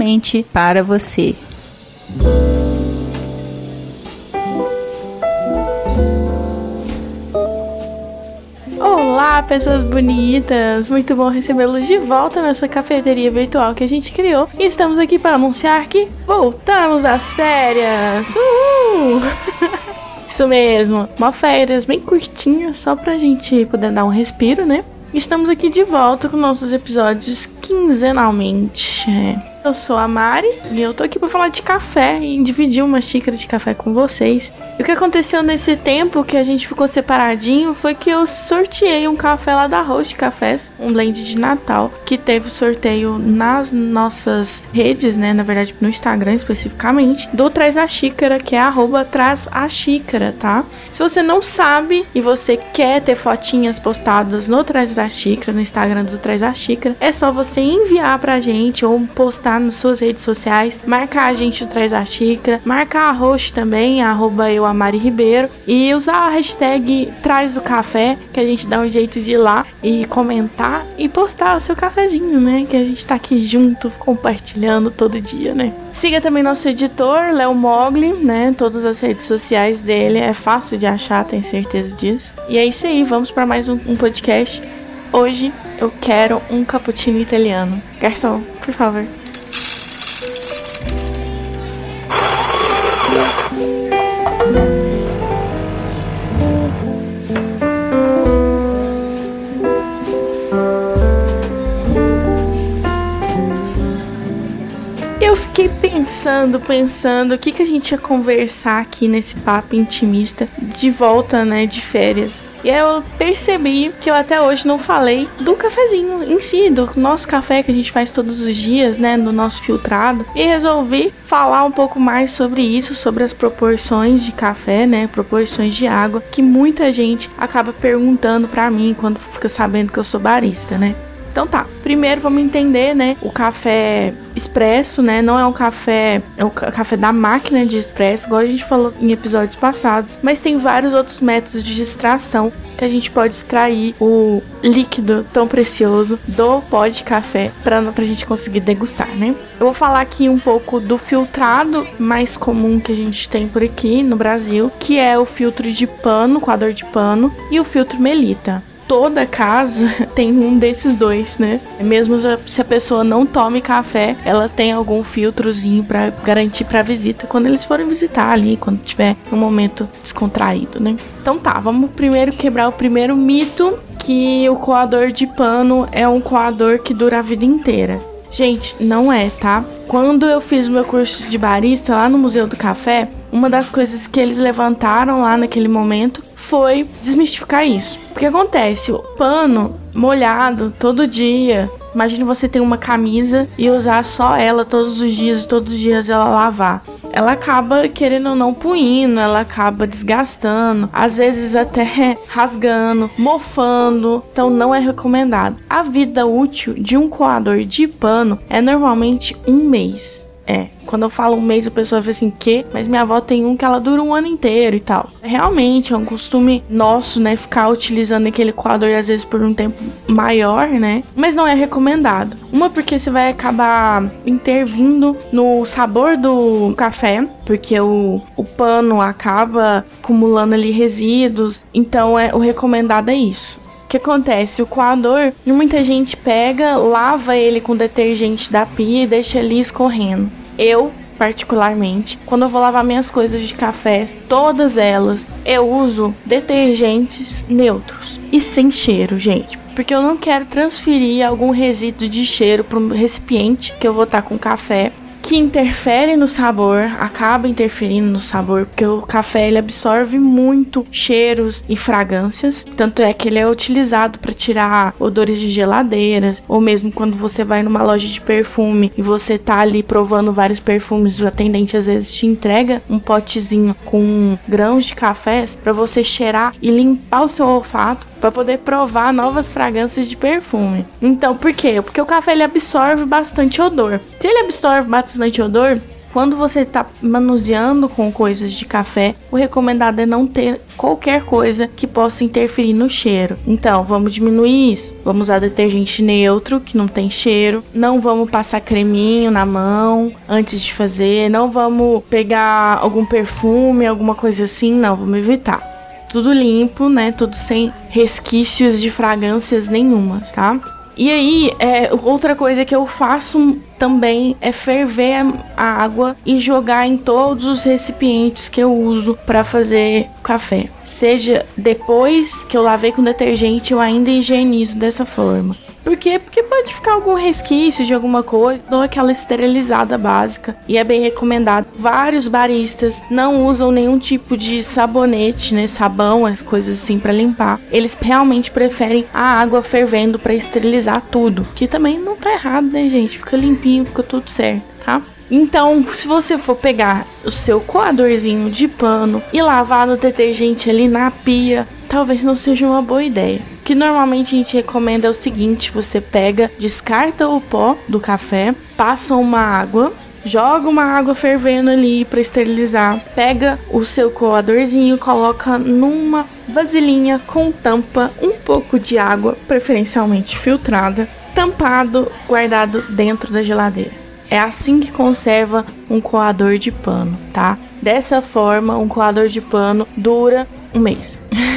especialmente para você. Olá, pessoas bonitas! Muito bom recebê-los de volta nessa cafeteria virtual que a gente criou. E estamos aqui para anunciar que voltamos das férias! Uhul! Isso mesmo, uma férias bem curtinha, só pra gente poder dar um respiro, né? Estamos aqui de volta com nossos episódios quinzenalmente. Eu sou a Mari e eu tô aqui pra falar de café e dividir uma xícara de café com vocês. E o que aconteceu nesse tempo que a gente ficou separadinho foi que eu sorteei um café lá da Roast Cafés, um blend de Natal, que teve sorteio nas nossas redes, né? Na verdade, no Instagram especificamente, do Traz a Xícara, que é @TrazAXícara, tá? Se você não sabe e você quer ter fotinhas postadas no Traz a Xícara, no Instagram do Traz a Xícara, é só você enviar pra gente ou postar nas suas redes sociais, marcar a gente no Traz a Xícara, marcar a Roast também, @euamariRibeiro, e usar a hashtag Traz o Café, que a gente dá um jeito de ir lá e comentar e postar o seu cafezinho, né? Que a gente tá aqui junto, compartilhando todo dia, né? Siga também nosso editor, Léo Mogli, né? Todas as redes sociais dele, é fácil de achar, tenho certeza disso. E é isso aí, vamos para mais um podcast. Hoje eu quero um cappuccino italiano. Garçom, por favor. Eu fiquei pensando o que a gente ia conversar aqui nesse papo intimista de volta, né, de férias. E aí eu percebi que eu até hoje não falei do cafezinho em si, do nosso café que a gente faz todos os dias, né, no nosso filtrado. E resolvi falar um pouco mais sobre isso, sobre as proporções de café, né, proporções de água, que muita gente acaba perguntando pra mim quando fica sabendo que eu sou barista, né. Então tá, primeiro vamos entender, né, o café expresso, né, não é um café, é o café da máquina de expresso, igual a gente falou em episódios passados, mas tem vários outros métodos de extração que a gente pode extrair o líquido tão precioso do pó de café pra gente conseguir degustar, né. Eu vou falar aqui um pouco do filtrado mais comum que a gente tem por aqui no Brasil, que é o filtro de pano, coador de pano, e o filtro Melita. Toda casa tem um desses dois, né? Mesmo se a pessoa não tome café, ela tem algum filtrozinho pra garantir pra visita quando eles forem visitar ali, quando tiver um momento descontraído, né? Então tá, vamos primeiro quebrar o primeiro mito, que o coador de pano é um coador que dura a vida inteira. Gente, não é, tá? Quando eu fiz o meu curso de barista lá no Museu do Café, uma das coisas que eles levantaram lá naquele momento foi desmistificar isso. O que acontece? O pano molhado todo dia. Imagina você ter uma camisa e usar só ela todos os dias ela lavar. Ela acaba, querendo ou não, puindo, ela acaba desgastando, às vezes até rasgando, mofando, então não é recomendado. A vida útil de um coador de pano é normalmente 1 mês. Quando eu falo 1 mês, a pessoa vê assim, que? Mas minha avó tem um que ela dura 1 ano inteiro e tal. Realmente é um costume nosso, né, ficar utilizando aquele coador às vezes por um tempo maior, né, mas não é recomendado. Uma, porque você vai acabar intervindo no sabor do café, porque o pano acaba acumulando ali resíduos, então o recomendado é isso. O que acontece? O coador, muita gente pega, lava ele com detergente da pia e deixa ali escorrendo. Eu, particularmente, quando eu vou lavar minhas coisas de café, todas elas, eu uso detergentes neutros e sem cheiro, gente. Porque eu não quero transferir algum resíduo de cheiro para um recipiente que eu vou estar com café, que interfere no sabor, acaba interferindo no sabor, porque o café ele absorve muito cheiros e fragrâncias, tanto é que ele é utilizado para tirar odores de geladeiras, ou mesmo quando você vai numa loja de perfume e você tá ali provando vários perfumes, o atendente às vezes te entrega um potezinho com grãos de cafés para você cheirar e limpar o seu olfato, para poder provar novas fragrâncias de perfume. Então, por quê? Porque o café ele absorve bastante odor. Se ele absorve bastante odor, quando você está manuseando com coisas de café, o recomendado é não ter qualquer coisa que possa interferir no cheiro. Então, vamos diminuir isso. Vamos usar detergente neutro, que não tem cheiro. Não vamos passar creminho na mão antes de fazer. Não vamos pegar algum perfume, alguma coisa assim. Não, vamos evitar. Tudo limpo, né? Tudo sem resquícios de fragrâncias nenhumas, tá? E aí, outra coisa que eu faço também é ferver a água e jogar em todos os recipientes que eu uso para fazer café. Seja depois que eu lavei com detergente, eu ainda higienizo dessa forma. Por quê? Porque pode ficar algum resquício de alguma coisa, dou aquela esterilizada básica e é bem recomendado. Vários baristas não usam nenhum tipo de sabonete, né, sabão, as coisas assim para limpar. Eles realmente preferem a água fervendo para esterilizar tudo, que também não tá errado, né, gente? Fica limpinho, fica tudo certo, tá? Então, se você for pegar o seu coadorzinho de pano e lavar no detergente ali na pia, talvez não seja uma boa ideia. O que normalmente a gente recomenda é o seguinte: você pega, descarta o pó do café, passa uma água, joga uma água fervendo ali para esterilizar, pega o seu coadorzinho, coloca numa vasilhinha com tampa, um pouco de água, preferencialmente filtrada, tampado, guardado dentro da geladeira. É assim que conserva um coador de pano, tá? Dessa forma, um coador de pano dura um mês.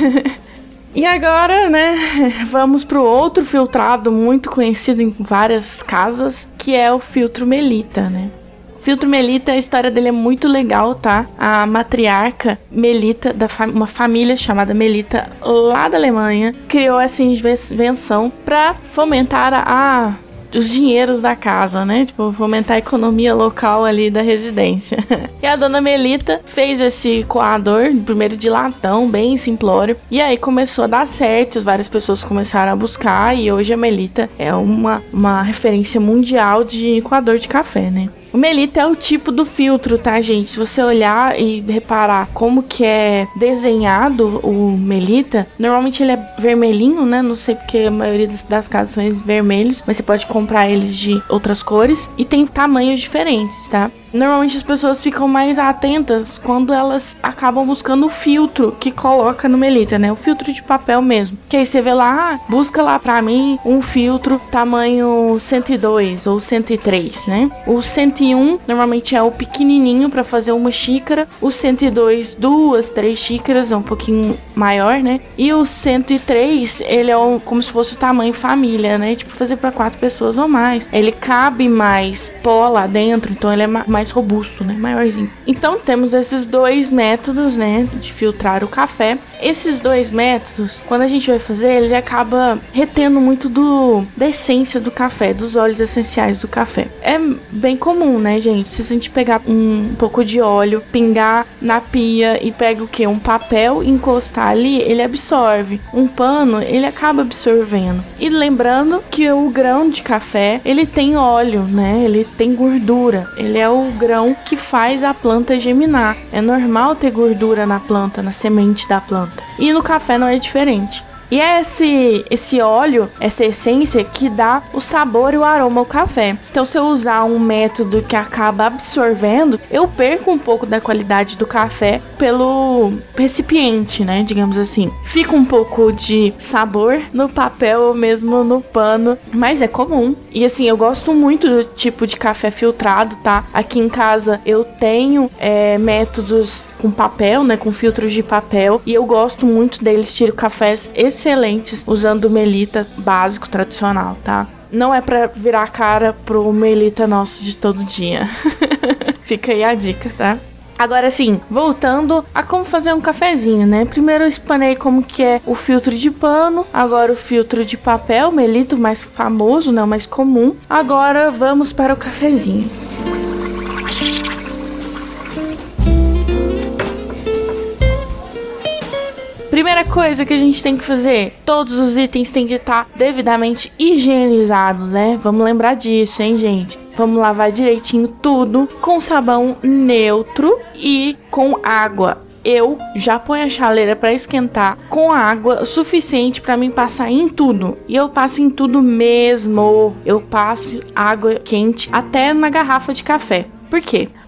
E agora, né, vamos pro outro filtrado muito conhecido em várias casas, que é o filtro Melita, né? O filtro Melita, a história dele é muito legal, tá? A matriarca Melita, uma família chamada Melita, lá da Alemanha, criou essa invenção para fomentar os dinheiros da casa, né? Tipo, fomentar a economia local ali da residência. E a dona Melita fez esse coador, primeiro de latão, bem simplório. E aí começou a dar certo, várias pessoas começaram a buscar. E hoje a Melita é uma referência mundial de coador de café, né? O Melita é o tipo do filtro, tá, gente? Se você olhar e reparar como que é desenhado o Melita, normalmente ele é vermelhinho, né? Não sei porque a maioria das casas são vermelhos, mas você pode comprar eles de outras cores e tem tamanhos diferentes, tá? Normalmente as pessoas ficam mais atentas quando elas acabam buscando o filtro que coloca no Melita, né? O filtro de papel mesmo. Que aí você vê lá, busca lá pra mim um filtro tamanho 102 ou 103, né? O 101 normalmente é o pequenininho pra fazer uma xícara. O 102, 2, 3 xícaras, é um pouquinho maior, né? E o 103, ele é como se fosse o tamanho família, né? Tipo, fazer pra 4 pessoas ou mais. Ele cabe mais pó lá dentro, então ele é mais robusto, né? Maiorzinho. Então temos esses dois métodos, né? De filtrar o café. Esses dois métodos, quando a gente vai fazer, ele acaba retendo muito da essência do café, dos óleos essenciais do café. É bem comum, né, gente? Se a gente pegar um pouco de óleo, pingar na pia e pega o quê? Um papel e encostar ali, ele absorve. Um pano, ele acaba absorvendo. E lembrando que o grão de café, ele tem óleo, né? Ele tem gordura. Ele é o grão que faz a planta germinar. É normal ter gordura na planta, na semente da planta. E no café não é diferente. E é esse óleo, essa essência que dá o sabor e o aroma ao café. Então, se eu usar um método que acaba absorvendo, eu perco um pouco da qualidade do café pelo recipiente, né? Digamos assim. Fica um pouco de sabor no papel ou mesmo no pano, mas é comum. E assim, eu gosto muito do tipo de café filtrado, tá? Aqui em casa eu tenho métodos com papel, né, com filtros de papel, e eu gosto muito deles, tiro cafés excelentes usando o Melita básico, tradicional, tá? Não é pra virar a cara pro Melita nosso de todo dia. Fica aí a dica, tá? Agora sim, voltando a como fazer um cafezinho, né? Primeiro eu explanei como que é o filtro de pano, agora o filtro de papel, Melita, o mais famoso, né, o mais comum. Agora vamos para o cafezinho. Primeira coisa que a gente tem que fazer, todos os itens têm que estar devidamente higienizados, né? Vamos lembrar disso, hein, gente? Vamos lavar direitinho tudo com sabão neutro e com água. Eu já ponho a chaleira para esquentar com água suficiente para mim passar em tudo. E eu passo em tudo mesmo. Eu passo água quente até na garrafa de café. Por quê?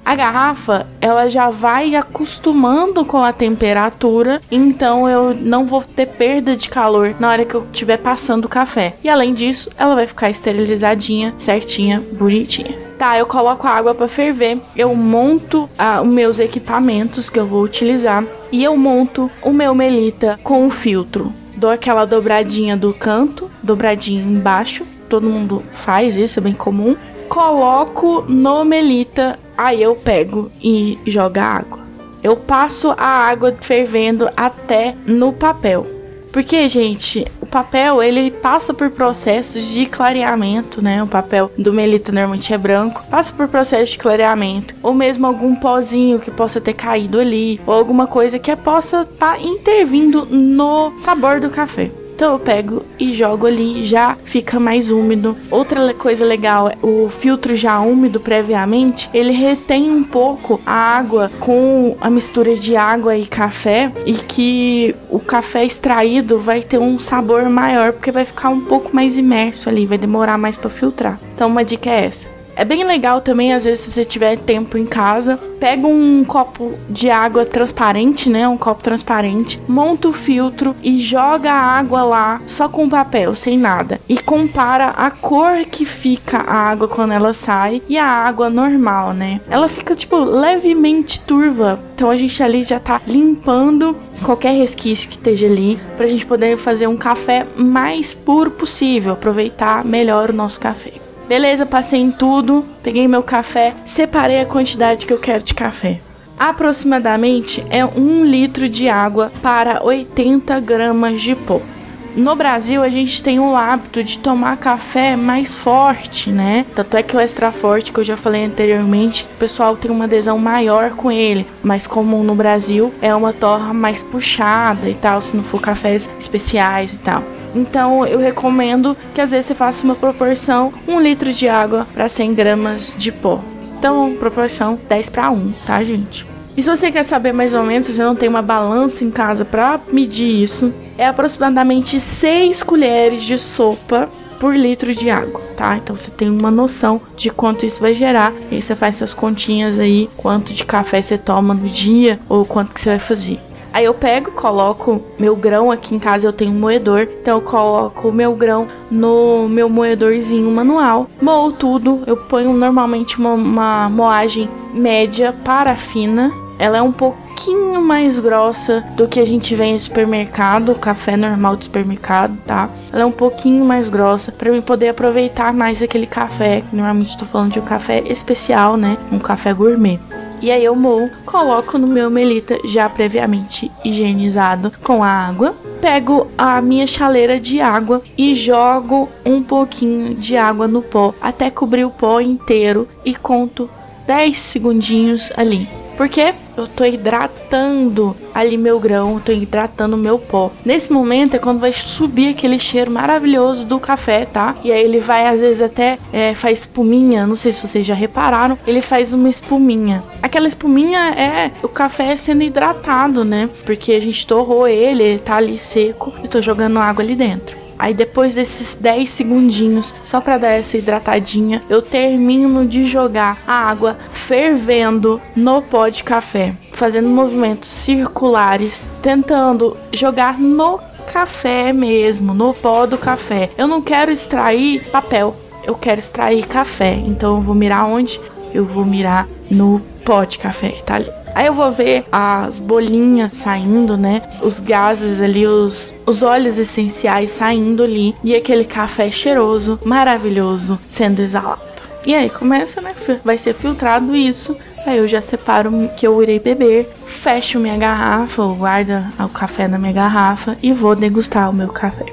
A garrafa, ela já vai acostumando com a temperatura, então eu não vou ter perda de calor na hora que eu estiver passando o café. E além disso, ela vai ficar esterilizadinha, certinha, bonitinha. Tá, eu coloco a água para ferver, eu monto os meus equipamentos que eu vou utilizar e eu monto o meu Melita com o filtro. Dou aquela dobradinha do canto, dobradinha embaixo, todo mundo faz isso, é bem comum. Coloco no Melita, aí eu pego e jogo a água. Eu passo a água fervendo até no papel. Porque, gente, o papel, ele passa por processos de clareamento, né? O papel do Melita normalmente é branco. Passa por processo de clareamento. Ou mesmo algum pozinho que possa ter caído ali. Ou alguma coisa que possa estar intervindo no sabor do café. Então eu pego e jogo ali, já fica mais úmido. Outra coisa legal, o filtro já úmido previamente, ele retém um pouco a água com a mistura de água e café, e que o café extraído vai ter um sabor maior, porque vai ficar um pouco mais imerso ali, vai demorar mais para filtrar. Então uma dica é essa. É bem legal também, às vezes, se você tiver tempo em casa, pega um copo de água transparente, né? Um copo transparente, monta o filtro e joga a água lá, só com papel, sem nada. E compara a cor que fica a água quando ela sai e a água normal, né? Ela fica, tipo, levemente turva. Então a gente ali já tá limpando qualquer resquício que esteja ali, pra gente poder fazer um café mais puro possível, aproveitar melhor o nosso café. Beleza, passei em tudo, peguei meu café, separei a quantidade que eu quero de café. Aproximadamente é 1 litro de água para 80 gramas de pó. No Brasil, a gente tem o hábito de tomar café mais forte, né? Tanto é que o extra forte, que eu já falei anteriormente, o pessoal tem uma adesão maior com ele. Mais comum no Brasil é uma torra mais puxada e tal, se não for cafés especiais e tal. Então eu recomendo que às vezes você faça uma proporção 1 litro de água para 100 gramas de pó. Então proporção 10:1, tá, gente? E se você quer saber mais ou menos, se você não tem uma balança em casa para medir isso, é aproximadamente 6 colheres de sopa por litro de água, tá? Então você tem uma noção de quanto isso vai gerar. E aí você faz suas continhas aí, quanto de café você toma no dia ou quanto que você vai fazer. Aí eu pego, coloco meu grão, aqui em casa eu tenho um moedor, então eu coloco o meu grão no meu moedorzinho manual, moo tudo, eu ponho normalmente uma moagem média para fina, ela é um pouquinho mais grossa do que a gente vê em supermercado, o café normal de supermercado, tá? Ela é um pouquinho mais grossa, para eu poder aproveitar mais aquele café, que normalmente estou falando de um café especial, né? Um café gourmet. E aí eu moo, coloco no meu Melita já previamente higienizado com a água. Pego a minha chaleira de água e jogo um pouquinho de água no pó até cobrir o pó inteiro e conto 10 segundinhos ali. Porque eu tô hidratando ali meu grão, tô hidratando meu pó. Nesse momento é quando vai subir aquele cheiro maravilhoso do café, tá? E aí ele vai, às vezes, até faz espuminha, não sei se vocês já repararam, ele faz uma espuminha. Aquela espuminha é o café sendo hidratado, né? Porque a gente torrou ele tá ali seco e tô jogando água ali dentro. Aí depois desses 10 segundinhos, só para dar essa hidratadinha, eu termino de jogar a água fervendo no pó de café, fazendo movimentos circulares, tentando jogar no café mesmo, no pó do café. Eu não quero extrair papel, eu quero extrair café. Então eu vou mirar onde? Eu vou mirar no pó de café que tá ali. Aí eu vou ver as bolinhas saindo, né? Os gases ali, os óleos essenciais saindo ali. E aquele café cheiroso, maravilhoso, sendo exalado. E aí começa, né? Vai ser filtrado isso. Aí eu já separo o que eu irei beber. Fecho minha garrafa, ou guardo o café na minha garrafa. E vou degustar o meu café.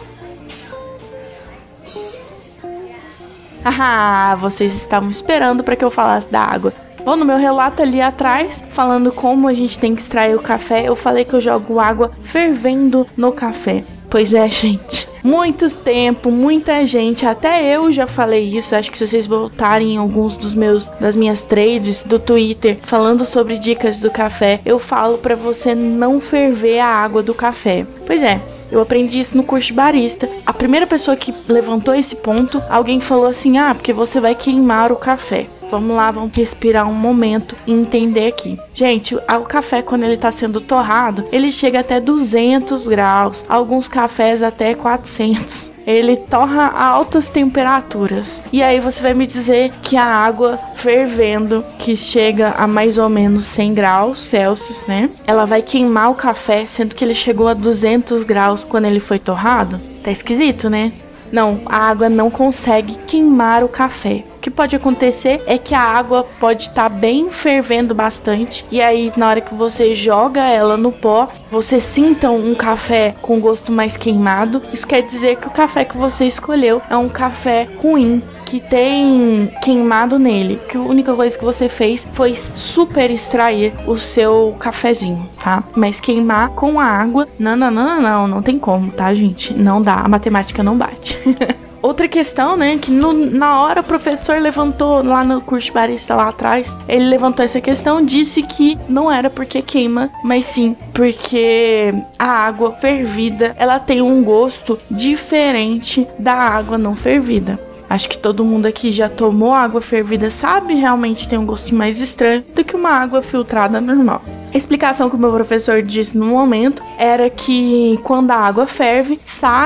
Ah, vocês estavam esperando para que eu falasse da água. Bom, no meu relato ali atrás, falando como a gente tem que extrair o café, eu falei que eu jogo água fervendo no café. Pois é, gente. Muito tempo, muita gente, até eu já falei isso. Acho que se vocês voltarem em alguns das minhas trades do Twitter, falando sobre dicas do café, eu falo pra você não ferver a água do café. Pois é. Eu aprendi isso no curso de barista. A primeira pessoa que levantou esse ponto, alguém falou assim: porque você vai queimar o café. Vamos lá, vamos respirar um momento e entender aqui. Gente, o café, quando ele tá sendo torrado, ele chega até 200 graus. Alguns cafés até 400. Ele torra a altas temperaturas. E aí você vai me dizer que a água fervendo, que chega a mais ou menos 100 graus Celsius, né? Ela vai queimar o café, sendo que ele chegou a 200 graus quando ele foi torrado? Tá esquisito, né? Não, a água não consegue queimar o café. O que pode acontecer é que a água pode estar bem fervendo bastante, e aí na hora que você joga ela no pó, você sinta um café com gosto mais queimado. Isso quer dizer que o café que você escolheu é um café ruim, que tem queimado nele, que a única coisa que você fez foi super extrair o seu cafezinho, tá? Mas queimar com a água, não tem como, tá, gente? Não dá, a matemática não bate. Outra questão, né, que na hora o professor levantou lá no curso de barista lá atrás, ele levantou essa questão, disse que não era porque queima, mas sim porque a água fervida, ela tem um gosto diferente da água não fervida. Acho que todo mundo aqui já tomou água fervida, sabe? Realmente tem um gosto mais estranho do que uma água filtrada normal. A explicação que o meu professor disse no momento era que quando a água ferve,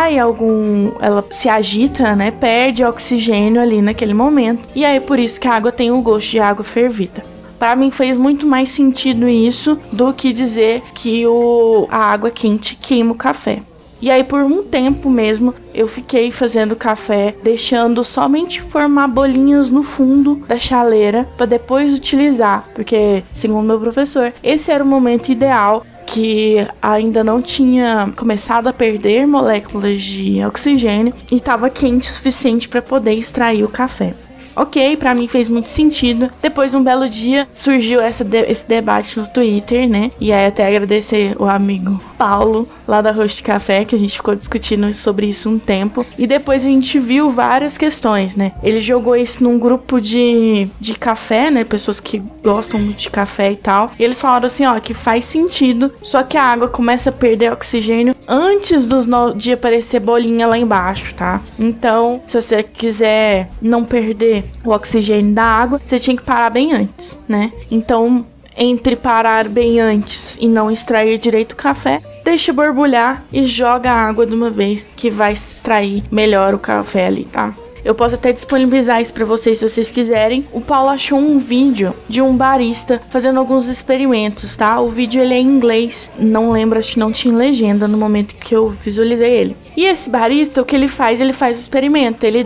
ela se agita, né? Perde oxigênio ali naquele momento. E aí por isso que a água tem o gosto de água fervida. Para mim fez muito mais sentido isso do que dizer que a água quente queima o café. E aí por um tempo mesmo eu fiquei fazendo café, deixando somente formar bolinhas no fundo da chaleira para depois utilizar, porque segundo meu professor, esse era o momento ideal, que ainda não tinha começado a perder moléculas de oxigênio e estava quente o suficiente para poder extrair o café. Ok, pra mim fez muito sentido. Depois, um belo dia, surgiu esse debate no Twitter, né? E aí até agradecer o amigo Paulo, lá da Roast Café, que a gente ficou discutindo sobre isso um tempo. E depois a gente viu várias questões, né? Ele jogou isso num grupo de café, né? Pessoas que gostam muito de café e tal. E eles falaram assim, ó, que faz sentido, só que a água começa a perder oxigênio antes de aparecer bolinha lá embaixo, tá? Então, se você quiser não perder o oxigênio da água, você tinha que parar bem antes, né? Então, entre parar bem antes e não extrair direito o café, deixa borbulhar e joga a água de uma vez, que vai extrair melhor o café ali, tá? Eu posso até disponibilizar isso pra vocês se vocês quiserem. O Paulo achou um vídeo de um barista fazendo alguns experimentos, tá? O vídeo ele é em inglês, não lembro, acho que não tinha legenda no momento que eu visualizei ele. E esse barista, o que ele faz o experimento. Ele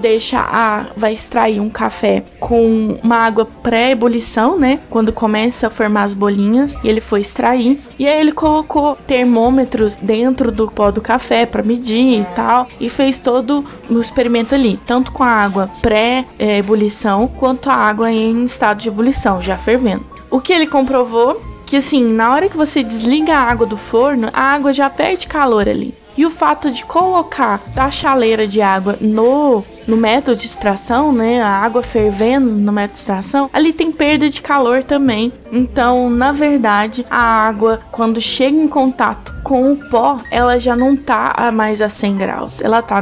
vai extrair um café com uma água pré-ebulição, né? Quando começa a formar as bolinhas, e ele foi extrair. E aí ele colocou termômetros dentro do pó do café para medir e tal. E fez todo o experimento ali, tanto com a água pré-ebulição, quanto a água em estado de ebulição, já fervendo. O que ele comprovou, que assim, na hora que você desliga a água do forno, a água já perde calor ali. E o fato de colocar a chaleira de água no método de extração, né, a água fervendo no método de extração, ali tem perda de calor também. Então, na verdade, a água, quando chega em contato com o pó, ela já não tá mais a 100 graus. Ela tá a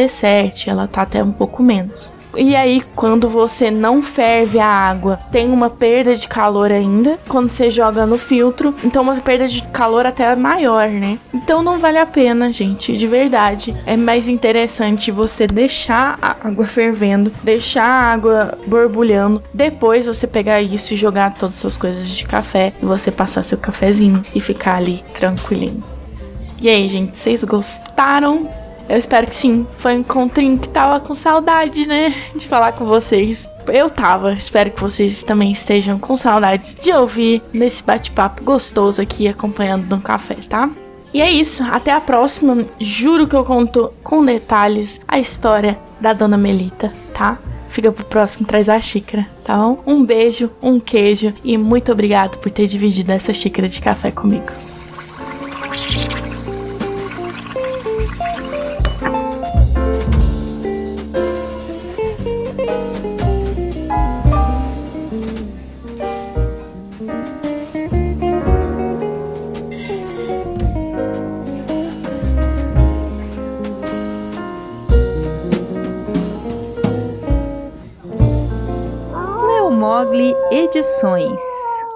97, ela tá até um pouco menos. E aí, quando você não ferve a água, tem uma perda de calor ainda. Quando você joga no filtro, então uma perda de calor até maior, né? Então não vale a pena, gente, de verdade. É mais interessante você deixar a água fervendo, deixar a água borbulhando, depois você pegar isso e jogar todas as suas coisas de café e você passar seu cafezinho e ficar ali tranquilinho. E aí, gente, vocês gostaram? Eu espero que sim. Foi um encontrinho que tava com saudade, né? De falar com vocês. Eu tava. Espero que vocês também estejam com saudades de ouvir nesse bate-papo gostoso aqui, acompanhando no café, tá? E é isso. Até a próxima. Juro que eu conto com detalhes a história da Dona Melita, tá? Fica pro próximo, traz a xícara, tá bom? Um beijo, um queijo e muito obrigado por ter dividido essa xícara de café comigo. Edições.